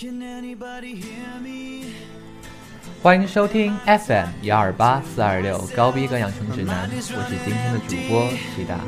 欢迎收听 FM128-426高逼格养成指南，我是今天的主播齐达。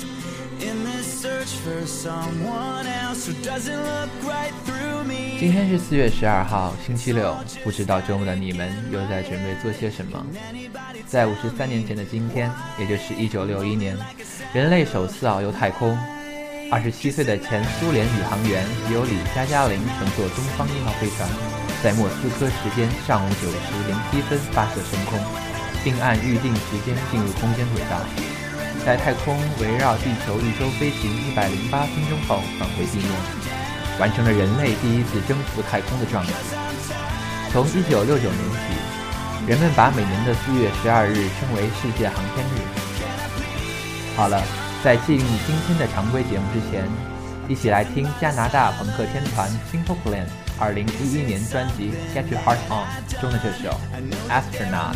今天是4月12号，星期六，不知道周末的你们又在准备做些什么？在53年前的今天，也就是1961年，人类首次遨游太空。27岁的前苏联宇航员尤里·加加林乘坐东方1号飞船，在莫斯科时间上午9时07分发射升空，并按预定时间进入空间轨道，在太空围绕地球一周飞行108分钟后返回地面，完成了人类第一次征服太空的壮举。从1969年起，人们把每年的4月12日称为世界航天日。好了，在进入今天的常规节目之前，一起来听加拿大朋克天团 Simple Plan 2011年专辑 Get Your Heart On 中的这首 Astronaut。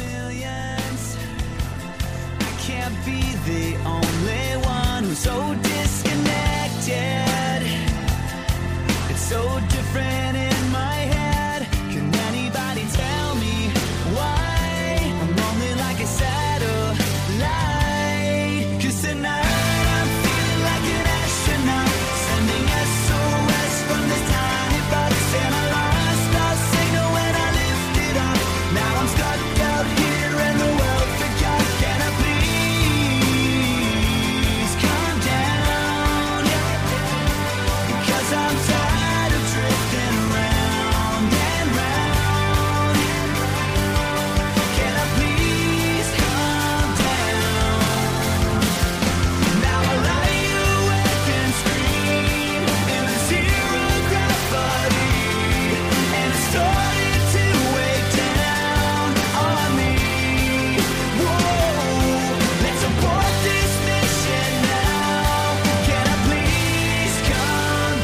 Can't be the only one who's so disconnected. It's so different in my head. Can anybody tell me why I'm only like a satellite? 'Cause tonight I'm feeling like an astronaut, sending SOS from this tiny box, and I lost our signal when I lifted up. Now I'm stuck out here and the world forgot. Can I please calm down? 'Cause I'm tired of drifting round and round. Can I please calm down? Now I lie awake and scream in the zero gravity, and it's starting to weigh down on me. Whoa, let's abort this mission now. Can I please calm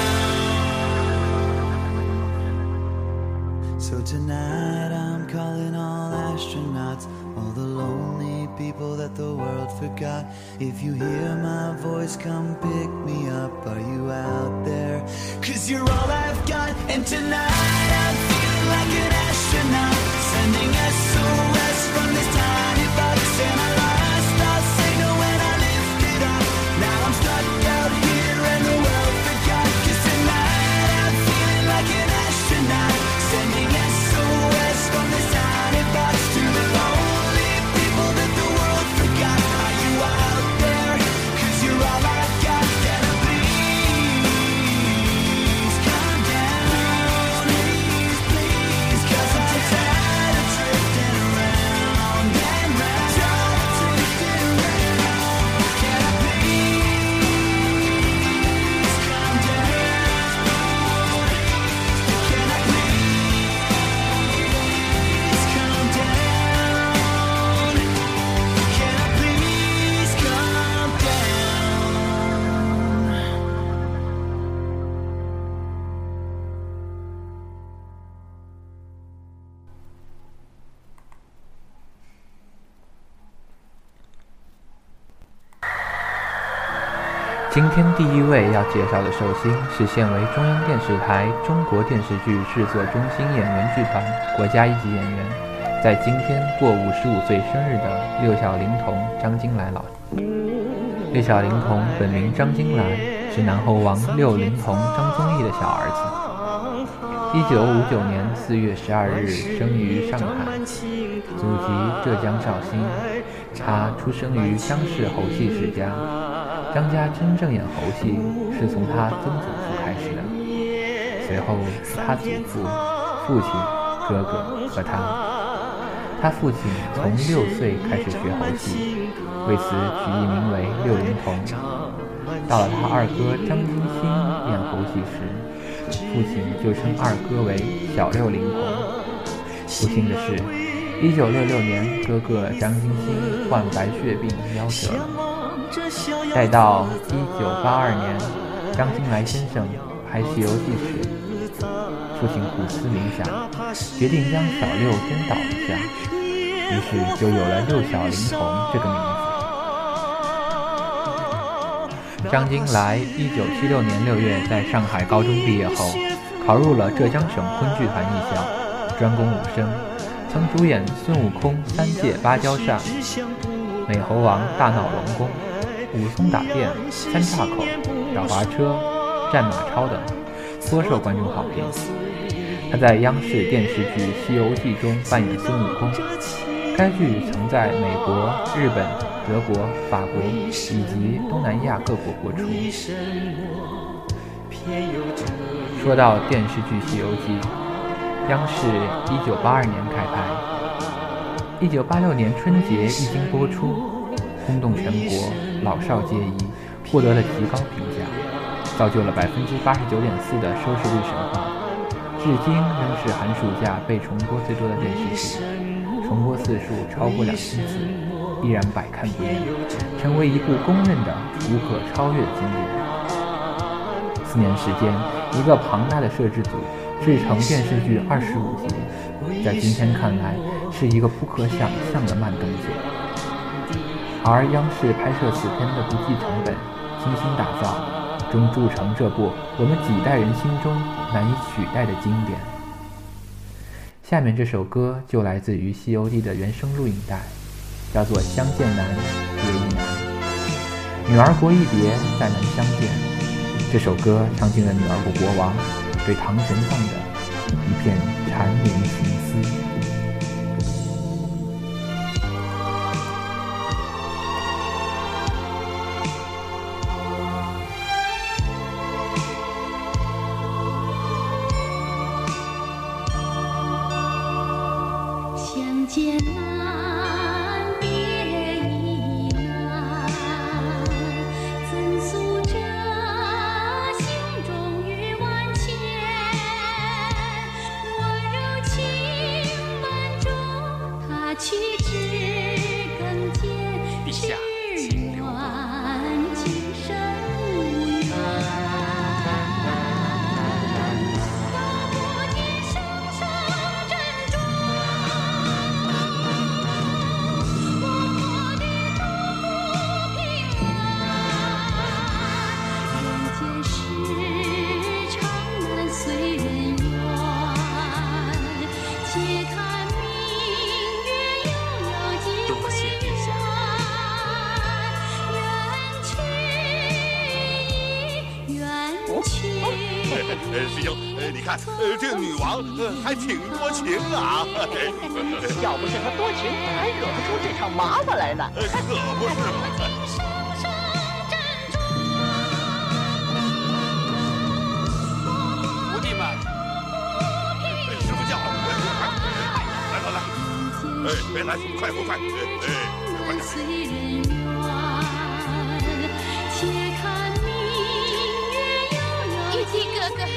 down? So tonight I'm calling all astronauts, all the lonely people that the world forgot. If you hear my voice, come pick me up. Are you out there? 'Cause you're all I've got. And tonight I'm feeling like an astronaut, sending SOS from this tiny box, and I lost our signal when I lifted up. Now I'm stuck out here and the world forgot. 'Cause tonight I'm feeling like an astronaut, sending SOS from this tiny box to the lonely people that the world forgot. Are you out there? 'Cause you're all I've got. Can I please calm down? Please, please, 'cause I'm too tired of drifting around and round. Tired of drifting around. Can I please calm down? Can I please calm down? Can I please calm down? 今天第一位要介绍的寿星是现为中央电视台中国电视剧制作中心演员剧团国家一级演员，在今天过55岁生日的六小龄童张金来老师。六小龄童本名张金来，是南侯王六龄童张宗义的小儿子。1959年4月12日生于上海，祖籍浙江绍兴。他出生于张氏侯系世家，张家真正演侯戏是从他曾祖父开始的，随后是他祖父、父亲、哥哥和他。他父亲从6岁开始学侯戏，为此取艺名为六龄童。到了他二哥张金星演侯戏时，父亲就称二哥为小六龄童。不幸的是，1966年哥哥张金星患白血病夭折了。待到1982年，张金来先生拍《西游记》时，父亲苦思冥想，决定将小六先倒一下，于是就有了六小龄童这个名字。张金来1976年6月在上海高中毕业后，考考入了浙江省昆剧团艺校，专攻武生，曾主演孙悟空3届芭蕉扇、美猴王大闹龙宫、武松打店、三岔口、小滑车、战马超等，颇受观众好评。他在央视电视剧《西游记》中扮演孙悟空，该剧曾在美国、日本、德国、法国以及东南亚各国播出。说到电视剧《西游记》，央视1982年开拍，1986年春节一经播出，轰动全国，老少皆宜，获得了极高评价，造就了89.4%的收视率神话，至今仍是寒暑假被重播最多的电视剧，重播次数超过2000次，依然百看不厌，成为一部公认的无可超越的经典。4年时间，一个庞大的摄制组制成电视剧25集，在今天看来是一个不可想象的慢动作。而央视拍摄此片的不计成本、精心打造，终铸成这部我们几代人心中难以取代的经典。下面这首歌就来自于《西游记》的原声录影带，叫做《相见难，别亦难》。女儿国一别，再难相见。这首歌唱尽了女儿国国王对唐玄奘的一片缠绵情思。 相见难，别亦难，怎诉这心中郁万千？我柔情万种，他去枝更见，只愿今生无缘。 师兄，你看，这个女王还挺多情啊！ 要不是她多情，还惹不出这场麻烦来呢。 可不是嘛！徒弟们，师傅叫，来，来，快，快点！ 玉帝哥哥，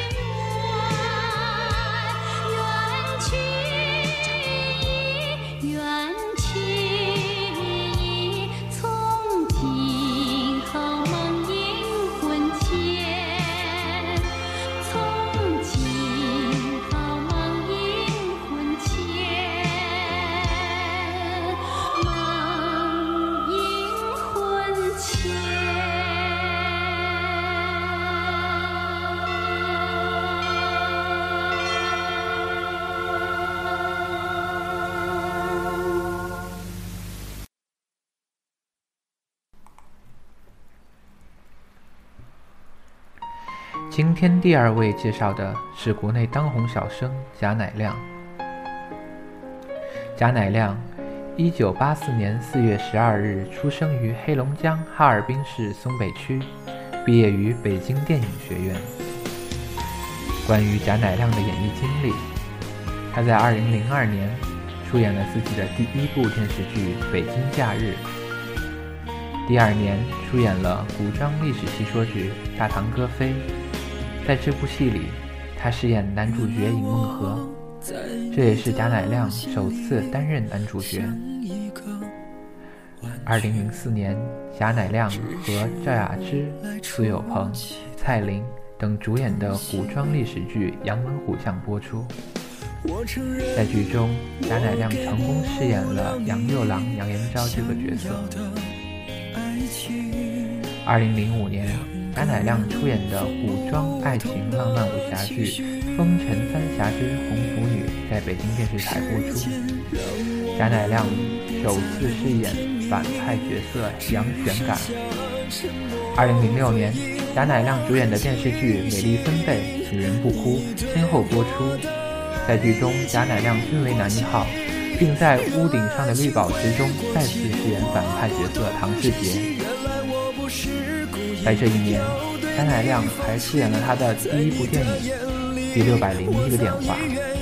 缘去意，从今后梦萦魂牵，从今后梦萦魂牵，梦萦魂牵。 今天第2位介绍的是国内当红小生贾乃亮。贾乃亮1984年4月12日出生于黑龙江哈尔滨市松北区，毕业于北京电影学院。关于贾乃亮的演艺经历，他在2002年出演了自己的第1部电视剧《北京假日》，第2年出演了古装历史戏说剧《大唐歌妃》。在这部戏里，他饰演男主角尹梦和，这也是贾乃亮首次担任男主角。2004年，贾乃亮和赵雅芝、苏有朋、蔡琳等主演的古装历史剧《杨门虎将》播出。在剧中，贾乃亮成功饰演了杨六郎杨延昭这个角色。2005年， 贾乃亮出演的古装爱情浪漫武侠剧《风尘三侠之红拂女》在北京电视台播出。贾乃亮首次饰演反派角色杨玄感。2006年，贾乃亮主演的电视剧《美丽分贝》《女人不哭》先后播出。在剧中，贾乃亮均为男一号，并在屋顶上的绿宝石中再次饰演反派角色唐世杰。在这一年，贾乃亮还出演了他的第一部电影《第601个电话》。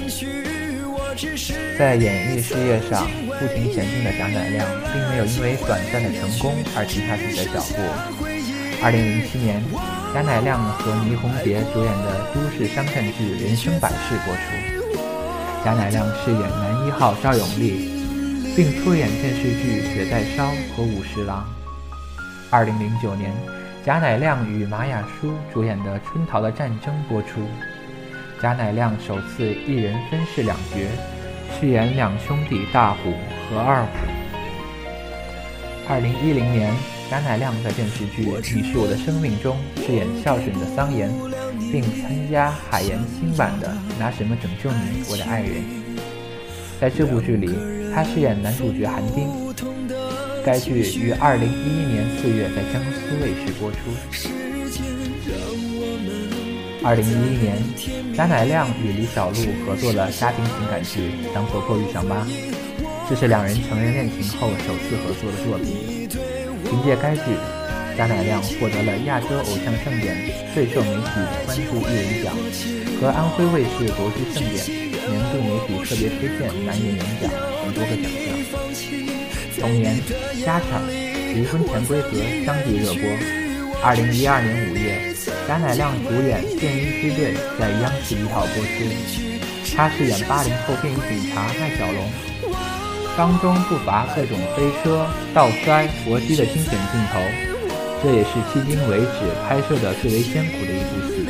在演艺事业上不停前进的贾乃亮，并没有因为短暂的成功而停下自己的脚步。2007年，贾乃亮和倪虹洁主演的都市商战剧《人生百世》播出，贾乃亮饰演男一号赵永利，并出演电视剧《雪在烧》和《武十郎》。2009年，贾乃亮与马雅舒主演的《春桃的战争》播出，贾乃亮首次一人分饰两角，饰演两兄弟大虎和二虎。2010年，贾乃亮在电视剧《你是我的生命》中饰演孝顺的桑延，并参加海岩新版的《拿什么拯救你，我的爱人》。在这部剧里，他饰演男主角韩丁。该剧于2011年4月在江苏卫视播出。2011年，贾乃亮与李小璐合作了家庭情感剧《当婆婆遇上妈》，这是两人承认恋情后首次合作的作品。凭借该剧，贾乃亮获得了亚洲偶像盛典最受媒体关注艺人奖和安徽卫视国剧盛典年度媒体特别推荐男演员奖等多个奖项。同年，家常离婚潜规则相继热播。2012年5月，贾乃亮主演《便衣支队》在央视一套播出，他饰演80后便衣警察麦小龙，当中不乏各种飞车、倒摔、搏击的惊险镜头，这也是迄今为止拍摄的最为艰苦的一部戏。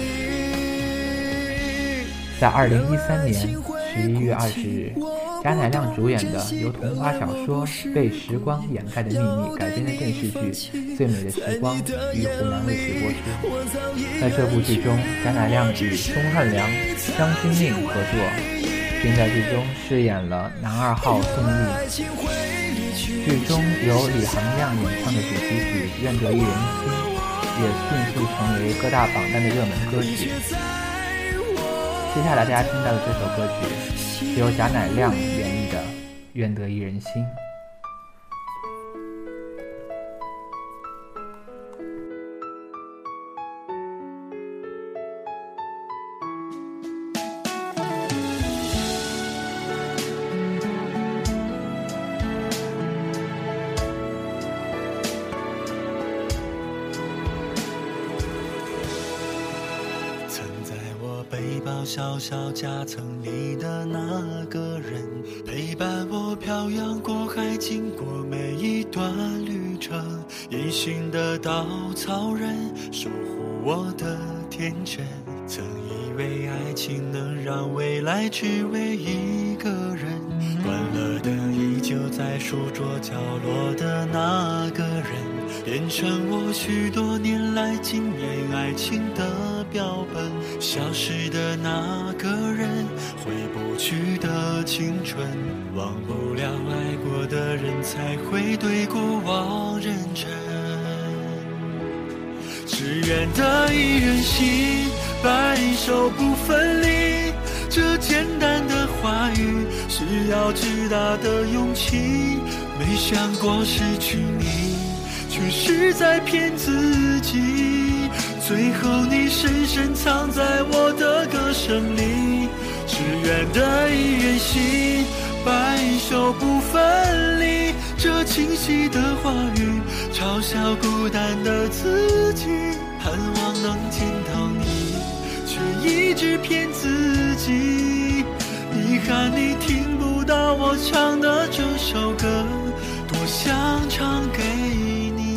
在2013年11月20日，贾乃亮主演的由童话小说《被时光掩盖的秘密》改编的电视剧《最美的时光》于湖南卫视播出。在这部剧中，贾乃亮与钟汉良、江钧甯合作，并在剧中饰演了男二号宋轶。剧中由李行亮演唱的主题曲《愿得一人心》也迅速成为各大榜单的热门歌曲。接下来大家听到的这首歌曲是由贾乃亮演绎的《愿得一人心》。 背包小小夹层里的那个人，陪伴我漂洋过海，经过每一段旅程。隐形的稻草人，守护我的天真。曾以为爱情能让未来只为一个人，关了灯依旧在书桌角落的那个人，变成我许多年来经验爱情的标本。消失的那个人，回不去的青春，忘不了爱过的人，才会对过往认真。只愿得一人心，白首不分离，这简单的话语需要巨大的勇气。没想过失去你，却是在骗自己，最后你深深藏在我的歌声里。只愿得一人心，白首不分离，这清晰的话语嘲笑孤单的自己，盼望能见到你，却一直骗自己。遗憾你听不到我唱的这首歌，多想唱给你。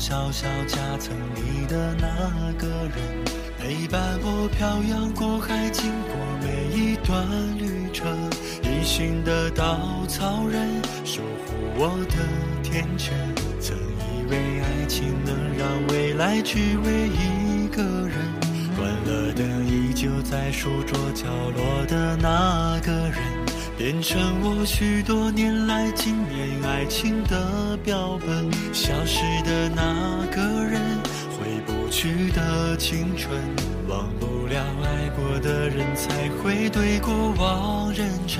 小小夹层里的那个人，陪伴我漂洋过海，经过每一段旅程。隐形的稻草人，守护我的天真。曾以为爱情能让未来只为一个人，关了灯依旧在书桌角落的那个人，变成我许多年来纪念爱情的标本。消失的那个人，回不去的青春，忘不了爱过的人，才会对过往认真。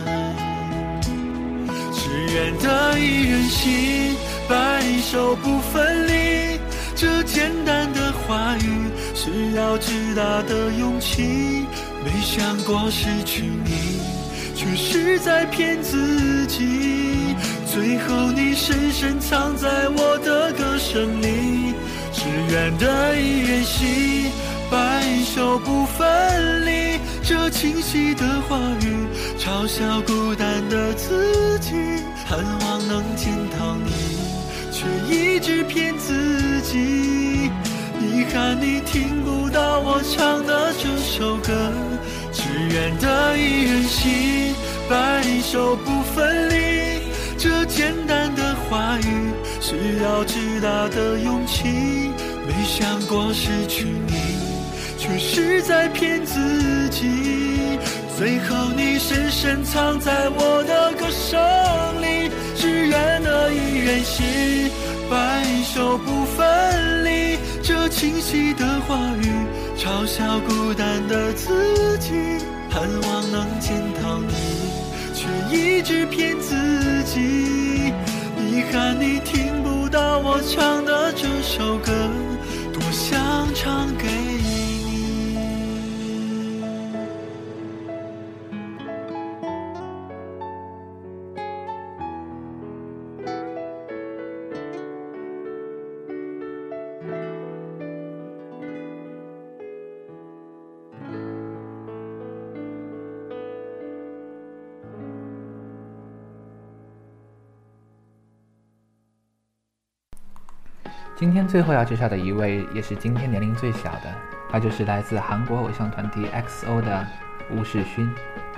只愿得一人心，白首不分离，这简单的话语需要巨大的勇气。没想过失去你，却是在骗自己，最后你深深藏在我的歌声里。只愿得一人心，白首不分离，这清晰的话语嘲笑孤单的自己，盼望能见到你，却一直骗自己。遗憾你听不到我唱的这首歌，只愿得一人心，白首不分离，这简单的话语需要巨大的勇气。没想过失去你，却是在骗自己，最后你深深藏在我的歌声里。只愿得一人心，白首不分离，这清晰的话语嘲笑孤单的自己，盼望能见到你，却一直骗自己。遗憾你听不到我唱的这首歌，多想唱给你。 今天最后要介绍的一位，也是今天年龄最小的，他就是来自韩国偶像团体 XO 的吴世勋。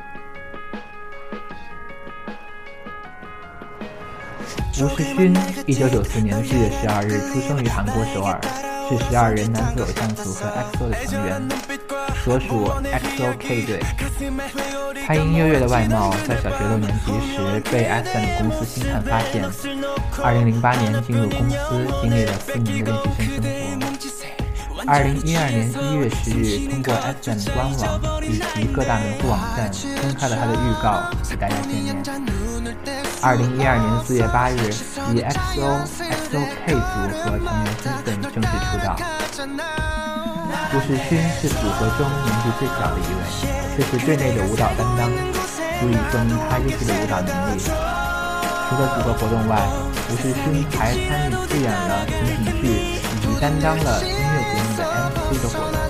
吴世勋1994年4月12日出生于韩国首尔，是12人男子偶像组合 XO 的成员，所属 XO-K 队。他因优越的外貌，在小学6年级时被 SM 公司星探发现。2008年进入公司，经历了4年的练习生生活。2012年1月10日，通过 SM 官网以及各大门户网站公开了他的预告，与大家见面。2012年4月8日，以 XO-K 组合成员身份正式出道。吴世勋是组合中年纪最小的一位，却是队内的舞蹈担当，足以说明他优秀的舞蹈能力。除了组合活动外，吴世勋还参与饰演了情景剧，以及担当了音乐节目的 MC 的活动。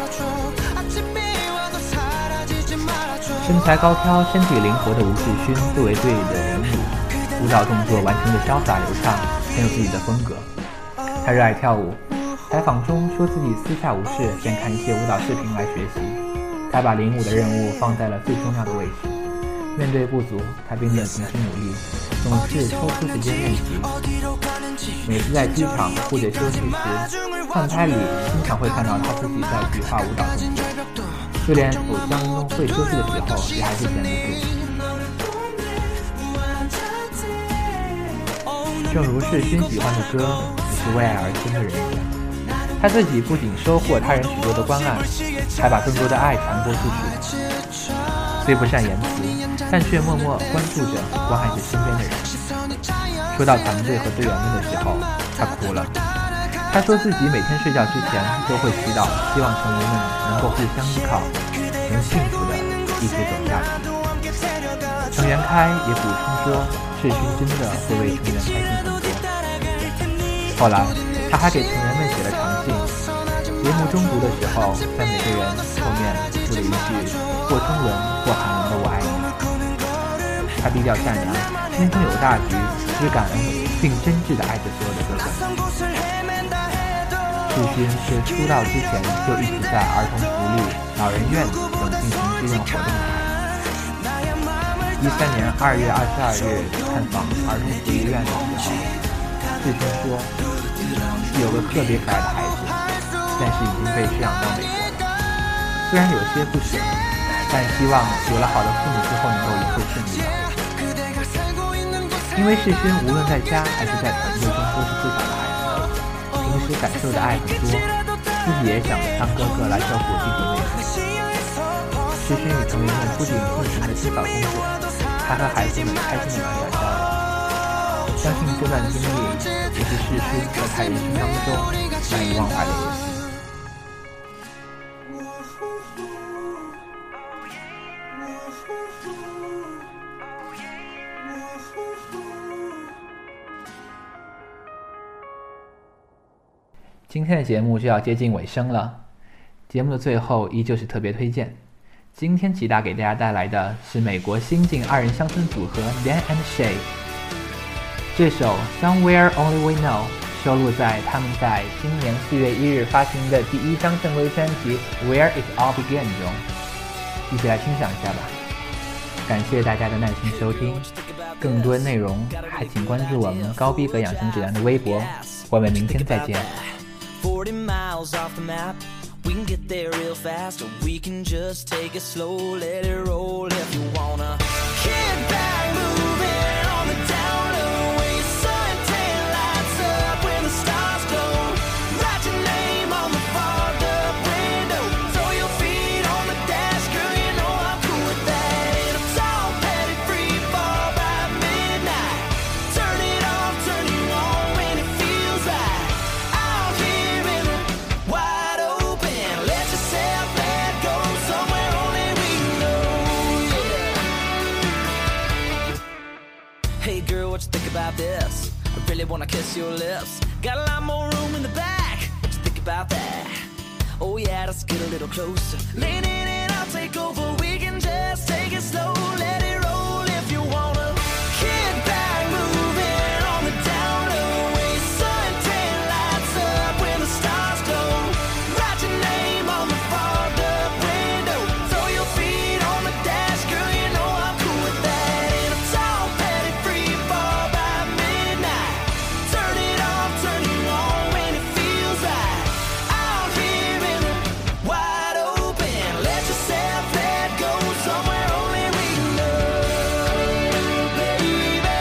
身材高挑、身体灵活的吴世勋作为队里的人物，舞蹈动作完成的潇洒流畅，很有自己的风格。他热爱跳舞，采访中说自己私下无事便看一些舞蹈视频来学习。他把领舞的任务放在了最重要的位置。面对不足，他变得勤勤努力，总是抽出时间练习。每次在机场或者休息时，饭拍里经常会看到他自己在比划舞蹈动作，就连偶像运动会休息的时候也还是闲不住。正如世勋喜欢的歌，也是为爱而生的人一样，他自己不仅收获他人许多的关爱，还把更多的爱传播出去。虽不善言辞，但却默默关注着、关爱着身边的人。说到团队和队员们的时候，他哭了。他说自己每天睡觉之前都会祈祷，希望成员们能够互相依靠，能幸福的一起走下去。成员开也补充说，世勋真的会为成员开心很多。后来，他还给成员们写了长信。节目中读的时候，在每个人后面附了一句或中文或韩文的我爱你。他低调善良，心中有大局，只感恩并真挚地爱着所有的哥哥们。 勋是出道之前就一直在儿童福利、老人院等进行志愿活动的孩子。13年2月22日探访儿童福利院的时候，志勋说有个特别可爱的孩子，但是已经被收养到美国了。虽然有些不舍，但希望有了好的父母之后能够一切顺利吧。因为世勋无论在家还是在团队中都是最小的孩子，平时感受的爱很多，自己也想当哥哥来照顾弟弟妹妹。世勋与成员们不仅进行了清扫工作，还和孩子们开心地玩耍交流。相信这段经历也是世勋在他人生当中难以忘怀的一次。今天的节目就要接近尾声了，节目的最后依旧是特别推荐。今天吉大给大家带来的是美国新晋二人乡村组合 Dan and Shay， 这首 Somewhere Only We Know 收录在他们在今年4月1日发行的第1张正规专辑 Where It All Began 中，一起来欣赏一下吧。感谢大家的耐心收听，更多内容还请关注我们高逼格养生指南的微博，我们明天再见。 40 miles off the map, we can get there real fast, or we can just take it slow, let it roll if you wanna. Get back moving on the down low, way suntan lights up when the stars glow. Write your name on the fogged up window, throw your feet on the dash, girl, you know I'm cool with that. In a tall, petty free fall by midnight, turn it off, turn you on when it feels right. Out here in the wide open, let yourself let go somewhere only we know, yeah. Hey girl, what you think about this? I really wanna kiss your lips. Got a lot more room in the back. What you think about that? Oh yeah, let's get a little closer. Lean in and I'll take over. We can just take it slow, let it roll if you wanna. Get back moving on the down low, way suntan lights up when the stars glow. Write your name on the fogged up window, throw your feet on the dash, girl, you know I'm cool with that. In a tall, petty free fall by midnight, turn it off, turn you on when it feels right. Out here in the wide open, let yourself let go somewhere only we know, baby.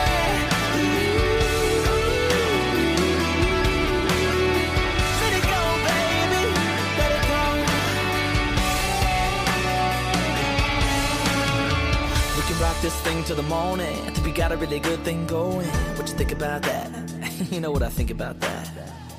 Let it go, baby, let it go. We can rock this thing till the morning. I think we got a really good thing going. What you think about that? You know what I think about that.